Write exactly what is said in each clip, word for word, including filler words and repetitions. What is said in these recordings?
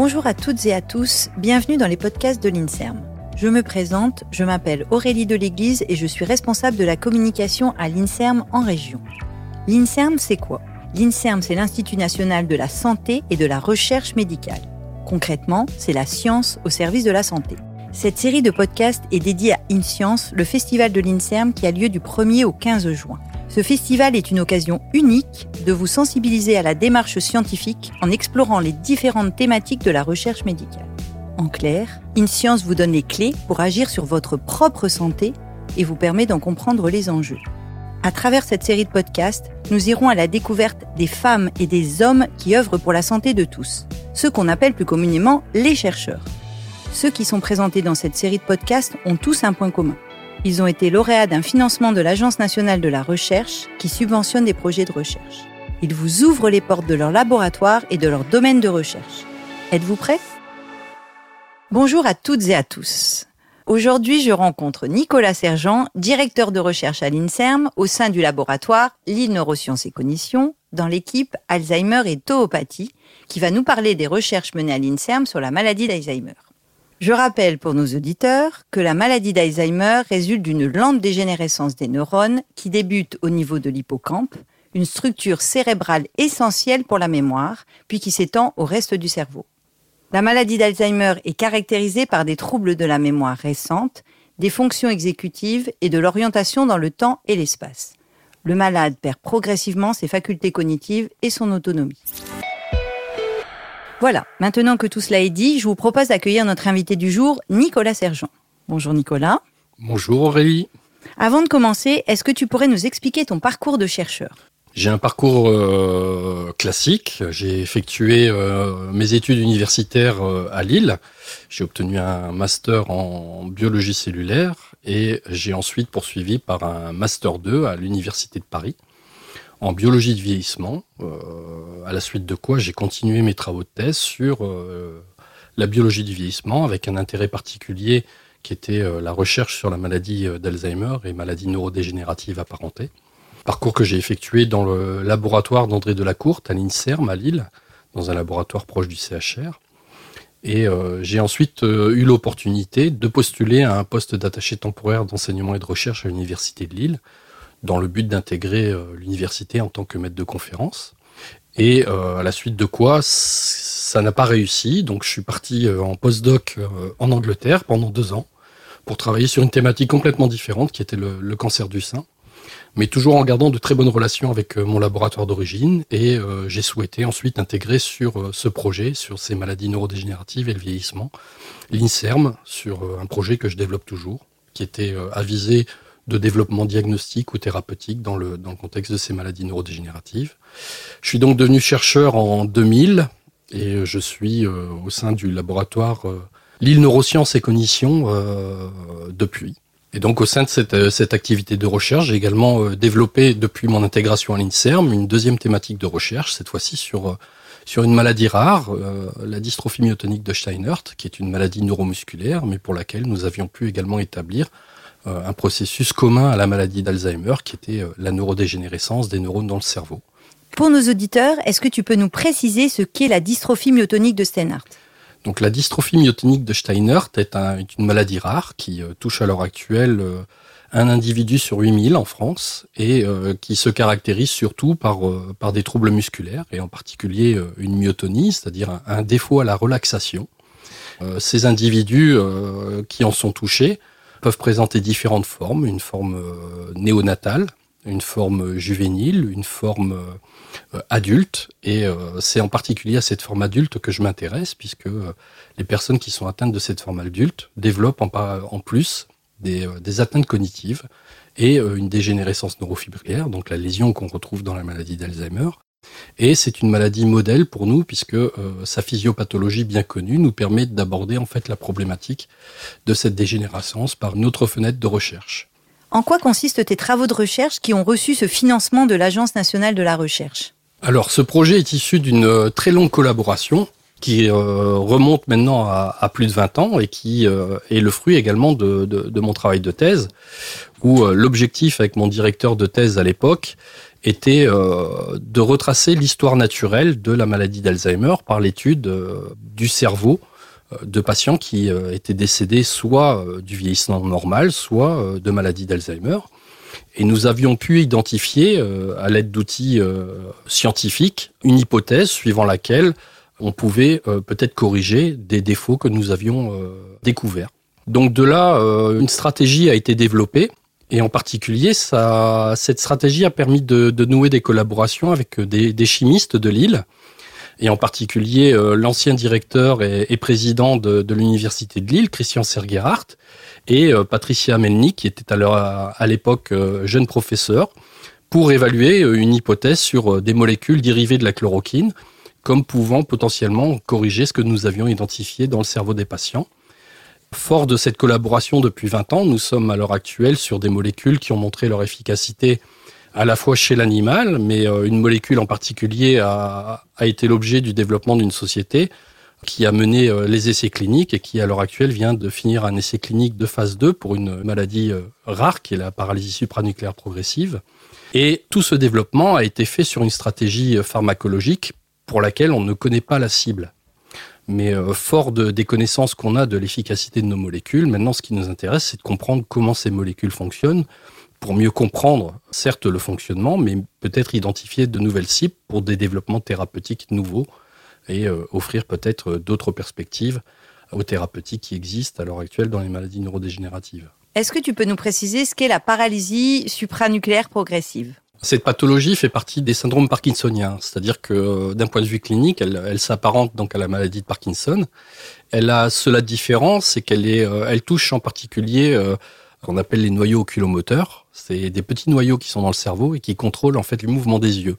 Bonjour à toutes et à tous, bienvenue dans les podcasts de l'INSERM. Je me présente, je m'appelle Aurélie Deléglise et je suis responsable de la communication à l'INSERM en région. L'INSERM, c'est quoi ? L'INSERM, c'est l'Institut national de la santé et de la recherche médicale. Concrètement, c'est la science au service de la santé. Cette série de podcasts est dédiée à InScience, le festival de l'INSERM qui a lieu du premier au quinze juin. Ce festival est une occasion unique de vous sensibiliser à la démarche scientifique en explorant les différentes thématiques de la recherche médicale. En clair, InScience vous donne les clés pour agir sur votre propre santé et vous permet d'en comprendre les enjeux. À travers cette série de podcasts, nous irons à la découverte des femmes et des hommes qui œuvrent pour la santé de tous, ceux qu'on appelle plus communément les chercheurs. Ceux qui sont présentés dans cette série de podcasts ont tous un point commun. Ils ont été lauréats d'un financement de l'Agence nationale de la recherche qui subventionne des projets de recherche. Ils vous ouvrent les portes de leur laboratoire et de leur domaine de recherche. Êtes-vous prêts ? Bonjour à toutes et à tous. Aujourd'hui, je rencontre Nicolas Sergent, directeur de recherche à l'INSERM au sein du laboratoire Lille Neurosciences et Cognition, dans l'équipe Alzheimer et Tauopathie, qui va nous parler des recherches menées à l'INSERM sur la maladie d'Alzheimer. Je rappelle pour nos auditeurs que la maladie d'Alzheimer résulte d'une lente dégénérescence des neurones qui débute au niveau de l'hippocampe, une structure cérébrale essentielle pour la mémoire, puis qui s'étend au reste du cerveau. La maladie d'Alzheimer est caractérisée par des troubles de la mémoire récente, des fonctions exécutives et de l'orientation dans le temps et l'espace. Le malade perd progressivement ses facultés cognitives et son autonomie. Voilà, maintenant que tout cela est dit, je vous propose d'accueillir notre invité du jour, Nicolas Sergent. Bonjour Nicolas. Bonjour Aurélie. Avant de commencer, est-ce que tu pourrais nous expliquer ton parcours de chercheur ? J'ai un parcours euh, classique. J'ai effectué euh, mes études universitaires euh, à Lille. J'ai obtenu un master en biologie cellulaire et j'ai ensuite poursuivi par un master deux à l'Université de Paris en biologie de vieillissement, euh, à la suite de quoi j'ai continué mes travaux de thèse sur euh, la biologie du vieillissement avec un intérêt particulier qui était euh, la recherche sur la maladie d'Alzheimer et maladies neurodégénératives apparentées. Parcours que j'ai effectué dans le laboratoire d'André Delacourte à l'INSERM à Lille, dans un laboratoire proche du C H R. Et euh, j'ai ensuite euh, eu l'opportunité de postuler à un poste d'attaché temporaire d'enseignement et de recherche à l'Université de Lille, dans le but d'intégrer euh, l'université en tant que maître de conférence. Et euh, à la suite de quoi, ça n'a pas réussi. Donc je suis parti euh, en postdoc euh, en Angleterre pendant deux ans pour travailler sur une thématique complètement différente qui était le, le cancer du sein, mais toujours en gardant de très bonnes relations avec euh, mon laboratoire d'origine. Et euh, j'ai souhaité ensuite intégrer sur euh, ce projet, sur ces maladies neurodégénératives et le vieillissement, l'INSERM, sur euh, un projet que je développe toujours, qui était euh, avisé de développement diagnostique ou thérapeutique dans le, dans le contexte de ces maladies neurodégénératives. Je suis donc devenu chercheur en deux mille et je suis euh, au sein du laboratoire euh, Lille Neurosciences et Cognition euh, depuis. Et donc au sein de cette, cette activité de recherche, j'ai également euh, développé depuis mon intégration à l'INSERM une deuxième thématique de recherche, cette fois-ci sur, euh, sur une maladie rare, euh, la dystrophie myotonique de Steinert, qui est une maladie neuromusculaire, mais pour laquelle nous avions pu également établir un processus commun à la maladie d'Alzheimer qui était la neurodégénérescence des neurones dans le cerveau. Pour nos auditeurs, est-ce que tu peux nous préciser ce qu'est la dystrophie myotonique de Steinert ? Donc la dystrophie myotonique de Steinert est, un, est une maladie rare qui euh, touche à l'heure actuelle euh, un individu sur huit mille en France et euh, qui se caractérise surtout par, euh, par des troubles musculaires et en particulier euh, une myotonie, c'est-à-dire un, un défaut à la relaxation. Euh, ces individus euh, qui en sont touchés peuvent présenter différentes formes, une forme euh, néonatale, une forme juvénile, une forme euh, adulte, et euh, c'est en particulier à cette forme adulte que je m'intéresse, puisque euh, les personnes qui sont atteintes de cette forme adulte développent en, en plus des, euh, des atteintes cognitives et euh, une dégénérescence neurofibrillaire, donc la lésion qu'on retrouve dans la maladie d'Alzheimer. Et c'est une maladie modèle pour nous puisque euh, sa physiopathologie bien connue nous permet d'aborder en fait la problématique de cette dégénérescence par une autre fenêtre de recherche. En quoi consistent tes travaux de recherche qui ont reçu ce financement de l'Agence nationale de la recherche ? Alors ce projet est issu d'une très longue collaboration qui euh, remonte maintenant à, à plus de vingt ans et qui euh, est le fruit également de, de, de mon travail de thèse, où euh, l'objectif avec mon directeur de thèse à l'époque était euh, de retracer l'histoire naturelle de la maladie d'Alzheimer par l'étude euh, du cerveau euh, de patients qui euh, étaient décédés soit euh, du vieillissement normal, soit euh, de maladie d'Alzheimer. Et nous avions pu identifier, euh, à l'aide d'outils euh, scientifiques, une hypothèse suivant laquelle on pouvait euh, peut-être corriger des défauts que nous avions euh, découverts. Donc de là, euh, une stratégie a été développée, et en particulier, ça, cette stratégie a permis de, de nouer des collaborations avec des, des chimistes de Lille, et en particulier euh, l'ancien directeur et, et président de, de l'université de Lille, Christian Sergerhardt, et euh, Patricia Melnik, qui était alors à, à l'époque euh, jeune professeur, pour évaluer une hypothèse sur des molécules dérivées de la chloroquine, comme pouvant potentiellement corriger ce que nous avions identifié dans le cerveau des patients. Fort de cette collaboration depuis vingt ans, nous sommes à l'heure actuelle sur des molécules qui ont montré leur efficacité à la fois chez l'animal, mais une molécule en particulier a, a été l'objet du développement d'une société qui a mené les essais cliniques et qui, à l'heure actuelle, vient de finir un essai clinique de phase deux pour une maladie rare qui est la paralysie supranucléaire progressive. Et tout ce développement a été fait sur une stratégie pharmacologique pour laquelle on ne connaît pas la cible. Mais euh, fort de, des connaissances qu'on a de l'efficacité de nos molécules, maintenant ce qui nous intéresse, c'est de comprendre comment ces molécules fonctionnent, pour mieux comprendre, certes, le fonctionnement, mais peut-être identifier de nouvelles cibles pour des développements thérapeutiques nouveaux et euh, offrir peut-être d'autres perspectives aux thérapeutiques qui existent à l'heure actuelle dans les maladies neurodégénératives. Est-ce que tu peux nous préciser ce qu'est la paralysie supranucléaire progressive ? Cette pathologie fait partie des syndromes parkinsoniens, c'est-à-dire que d'un point de vue clinique, elle, elle s'apparente donc à la maladie de Parkinson. Elle a cela de différent, c'est qu'elle est, elle touche en particulier euh, qu'on appelle les noyaux oculomoteurs. C'est des petits noyaux qui sont dans le cerveau et qui contrôlent en fait le mouvement des yeux.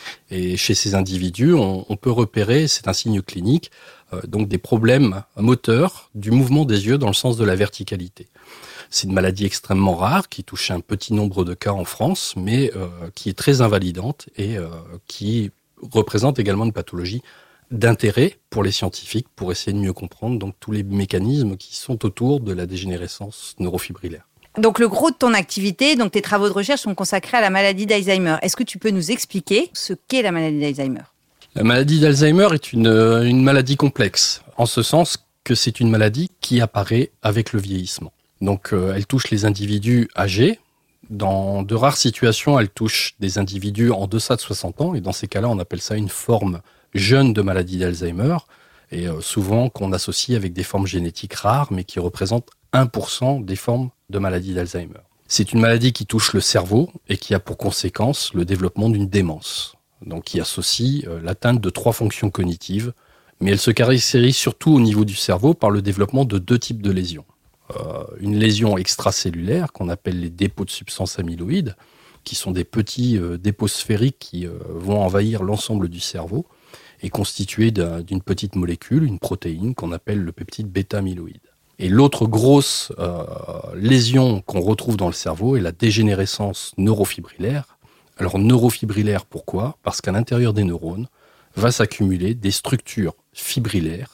Et chez ces individus, on, on peut repérer, c'est un signe clinique, euh, donc des problèmes moteurs du mouvement des yeux dans le sens de la verticalité. C'est une maladie extrêmement rare qui touche un petit nombre de cas en France, mais euh, qui est très invalidante et euh, qui représente également une pathologie d'intérêt pour les scientifiques pour essayer de mieux comprendre donc tous les mécanismes qui sont autour de la dégénérescence neurofibrillaire. Donc le gros de ton activité, donc tes travaux de recherche sont consacrés à la maladie d'Alzheimer. Est-ce que tu peux nous expliquer ce qu'est la maladie d'Alzheimer ? La maladie d'Alzheimer est une, une maladie complexe, en ce sens que c'est une maladie qui apparaît avec le vieillissement. Donc euh, elle touche les individus âgés. Dans de rares situations, elle touche des individus en deçà de soixante ans. Et dans ces cas-là, on appelle ça une forme jeune de maladie d'Alzheimer. Et euh, souvent qu'on associe avec des formes génétiques rares, mais qui représentent un pour cent des formes de maladie d'Alzheimer. C'est une maladie qui touche le cerveau et qui a pour conséquence le développement d'une démence. Donc qui associe euh, l'atteinte de trois fonctions cognitives. Mais elle se caractérise surtout au niveau du cerveau par le développement de deux types de lésions. Euh, une lésion extracellulaire qu'on appelle les dépôts de substances amyloïdes, qui sont des petits euh, dépôts sphériques qui euh, vont envahir l'ensemble du cerveau et constitués d'un, d'une petite molécule, une protéine qu'on appelle le peptide bêta-amyloïde. Et l'autre grosse euh, lésion qu'on retrouve dans le cerveau est la dégénérescence neurofibrillaire. Alors neurofibrillaire, pourquoi ? Parce qu'à l'intérieur des neurones va s'accumuler des structures fibrillaires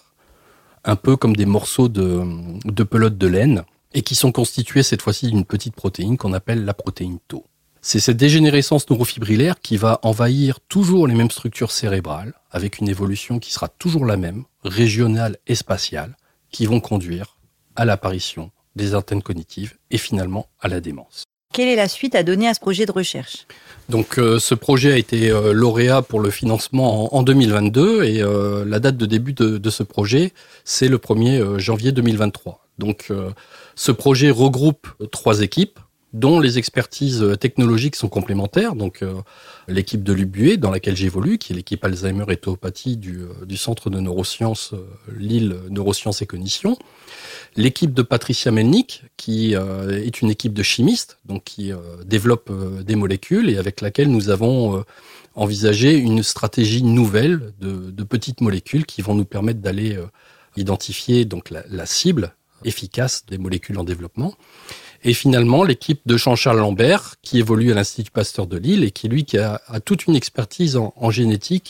un peu comme des morceaux de, de pelote de laine, et qui sont constitués cette fois-ci d'une petite protéine qu'on appelle la protéine tau. C'est cette dégénérescence neurofibrillaire qui va envahir toujours les mêmes structures cérébrales, avec une évolution qui sera toujours la même, régionale et spatiale, qui vont conduire à l'apparition des antennes cognitives et finalement à la démence. Quelle est la suite à donner à ce projet de recherche ? Donc euh, ce projet a été euh, lauréat pour le financement en, en deux mille vingt-deux et euh, la date de début de, de ce projet, c'est le premier euh, janvier deux mille vingt-trois. Donc euh, ce projet regroupe trois équipes dont les expertises technologiques sont complémentaires. Donc euh, l'équipe de l'U B U E dans laquelle j'évolue, qui est l'équipe Alzheimer et tauopathie du, euh, du Centre de neurosciences euh, Lille Neurosciences et Cognition. L'équipe de Patricia Melnik, qui euh, est une équipe de chimistes, donc qui euh, développe euh, des molécules et avec laquelle nous avons euh, envisagé une stratégie nouvelle de, de petites molécules qui vont nous permettre d'aller euh, identifier donc la, la cible efficace des molécules en développement. Et finalement, l'équipe de Jean-Charles Lambert, qui évolue à l'Institut Pasteur de Lille et qui, lui, qui a, a toute une expertise en, en génétique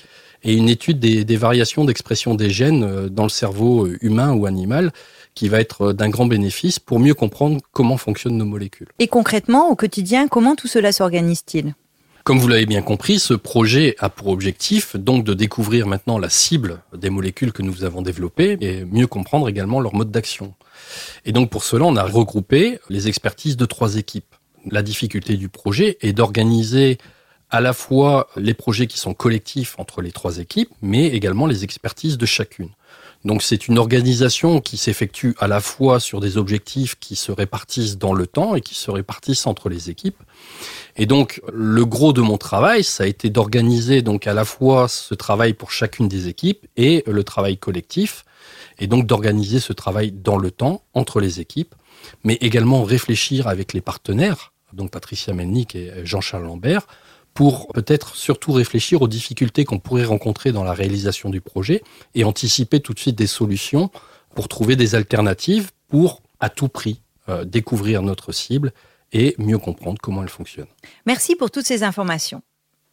et une étude des, des variations d'expression des gènes dans le cerveau humain ou animal, qui va être d'un grand bénéfice pour mieux comprendre comment fonctionnent nos molécules. Et concrètement, au quotidien, comment tout cela s'organise-t-il ? Comme vous l'avez bien compris, ce projet a pour objectif donc de découvrir maintenant la cible des molécules que nous avons développées et mieux comprendre également leur mode d'action. Et donc pour cela, on a regroupé les expertises de trois équipes. La difficulté du projet est d'organiser à la fois les projets qui sont collectifs entre les trois équipes, mais également les expertises de chacune. Donc c'est une organisation qui s'effectue à la fois sur des objectifs qui se répartissent dans le temps et qui se répartissent entre les équipes. Et donc le gros de mon travail, ça a été d'organiser donc à la fois ce travail pour chacune des équipes et le travail collectif, et donc d'organiser ce travail dans le temps entre les équipes, mais également réfléchir avec les partenaires, donc Patricia Melnick et Jean-Charles Lambert, pour peut-être surtout réfléchir aux difficultés qu'on pourrait rencontrer dans la réalisation du projet et anticiper tout de suite des solutions pour trouver des alternatives pour, à tout prix, euh, découvrir notre cible et mieux comprendre comment elle fonctionne. Merci pour toutes ces informations.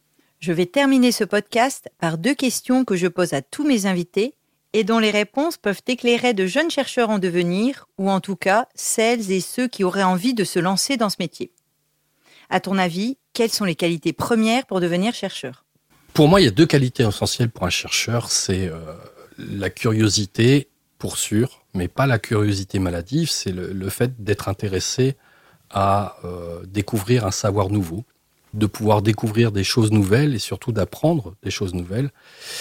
Je vais terminer ce podcast par deux questions que je pose à tous mes invités et dont les réponses peuvent éclairer de jeunes chercheurs en devenir ou en tout cas celles et ceux qui auraient envie de se lancer dans ce métier. À ton avis, quelles sont les qualités premières pour devenir chercheur ? Pour moi, il y a deux qualités essentielles pour un chercheur. C'est euh, la curiosité, pour sûr, mais pas la curiosité maladive. C'est le, le fait d'être intéressé à euh, découvrir un savoir nouveau, de pouvoir découvrir des choses nouvelles et surtout d'apprendre des choses nouvelles.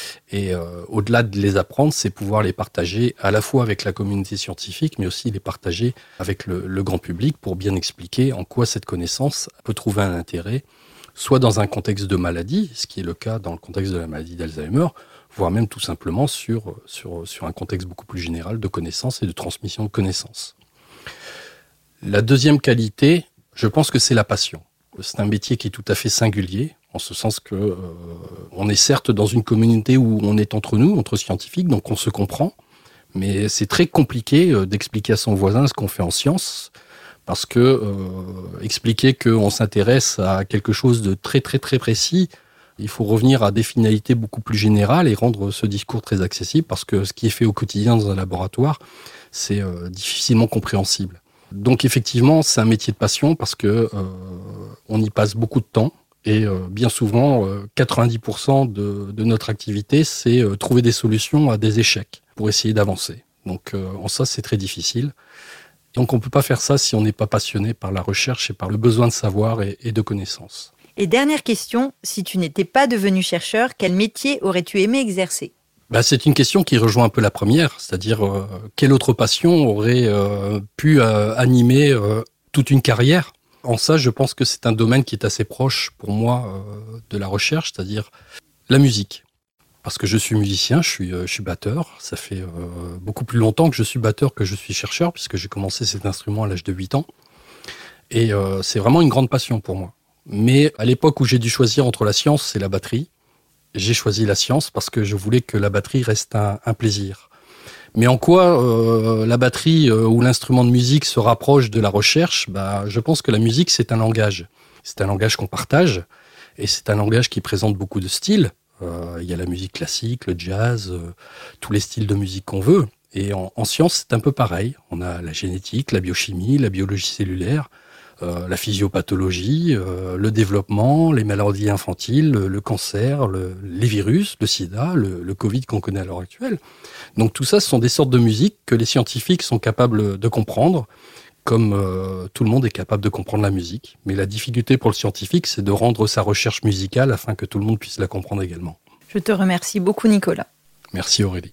Et euh, au-delà de les apprendre, c'est pouvoir les partager à la fois avec la communauté scientifique, mais aussi les partager avec le, le grand public pour bien expliquer en quoi cette connaissance peut trouver un intérêt, soit dans un contexte de maladie, ce qui est le cas dans le contexte de la maladie d'Alzheimer, voire même tout simplement sur, sur, sur un contexte beaucoup plus général de connaissances et de transmission de connaissances. La deuxième qualité, je pense que c'est la passion. C'est un métier qui est tout à fait singulier, en ce sens que euh, on est certes dans une communauté où on est entre nous, entre scientifiques, donc on se comprend, mais c'est très compliqué euh, d'expliquer à son voisin ce qu'on fait en sciences, parce que euh, expliquer qu'on s'intéresse à quelque chose de très très très précis, il faut revenir à des finalités beaucoup plus générales et rendre ce discours très accessible, parce que ce qui est fait au quotidien dans un laboratoire, c'est euh, difficilement compréhensible. Donc effectivement, c'est un métier de passion parce que euh, on y passe beaucoup de temps et euh, bien souvent, euh, quatre-vingt-dix pour cent de, de notre activité, c'est euh, trouver des solutions à des échecs pour essayer d'avancer. Donc euh, en ça, c'est très difficile. Donc on ne peut pas faire ça si on n'est pas passionné par la recherche et par le besoin de savoir et, et de connaissances. Et dernière question, si tu n'étais pas devenu chercheur, quel métier aurais-tu aimé exercer ? Ben, c'est une question qui rejoint un peu la première, c'est-à-dire euh, quelle autre passion aurait euh, pu euh, animer euh, toute une carrière. En ça, je pense que c'est un domaine qui est assez proche pour moi euh, de la recherche, c'est-à-dire la musique. Parce que je suis musicien, je suis, euh, je suis batteur. Ça fait euh, beaucoup plus longtemps que je suis batteur que je suis chercheur, puisque j'ai commencé cet instrument à l'âge de huit ans. Et euh, c'est vraiment une grande passion pour moi. Mais à l'époque où j'ai dû choisir entre la science et la batterie, j'ai choisi la science parce que je voulais que la batterie reste un, un plaisir. Mais en quoi euh, la batterie euh, ou l'instrument de musique se rapproche de la recherche ? Bah, je pense que la musique, c'est un langage. C'est un langage qu'on partage et c'est un langage qui présente beaucoup de styles. Euh, il y a la musique classique, le jazz, euh, tous les styles de musique qu'on veut. Et en, en science, c'est un peu pareil. On a la génétique, la biochimie, la biologie cellulaire, Euh, la physiopathologie, euh, le développement, les maladies infantiles, le, le cancer, le, les virus, le sida, le, le Covid qu'on connaît à l'heure actuelle. Donc tout ça, ce sont des sortes de musique que les scientifiques sont capables de comprendre, comme euh, tout le monde est capable de comprendre la musique. Mais la difficulté pour le scientifique, c'est de rendre sa recherche musicale afin que tout le monde puisse la comprendre également. Je te remercie beaucoup, Nicolas. Merci Aurélie.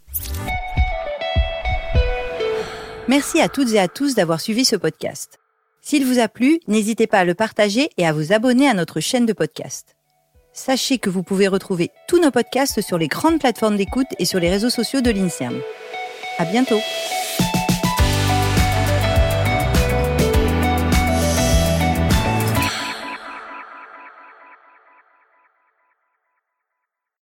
Merci à toutes et à tous d'avoir suivi ce podcast. S'il vous a plu, n'hésitez pas à le partager et à vous abonner à notre chaîne de podcast. Sachez que vous pouvez retrouver tous nos podcasts sur les grandes plateformes d'écoute et sur les réseaux sociaux de l'INSERM. À bientôt!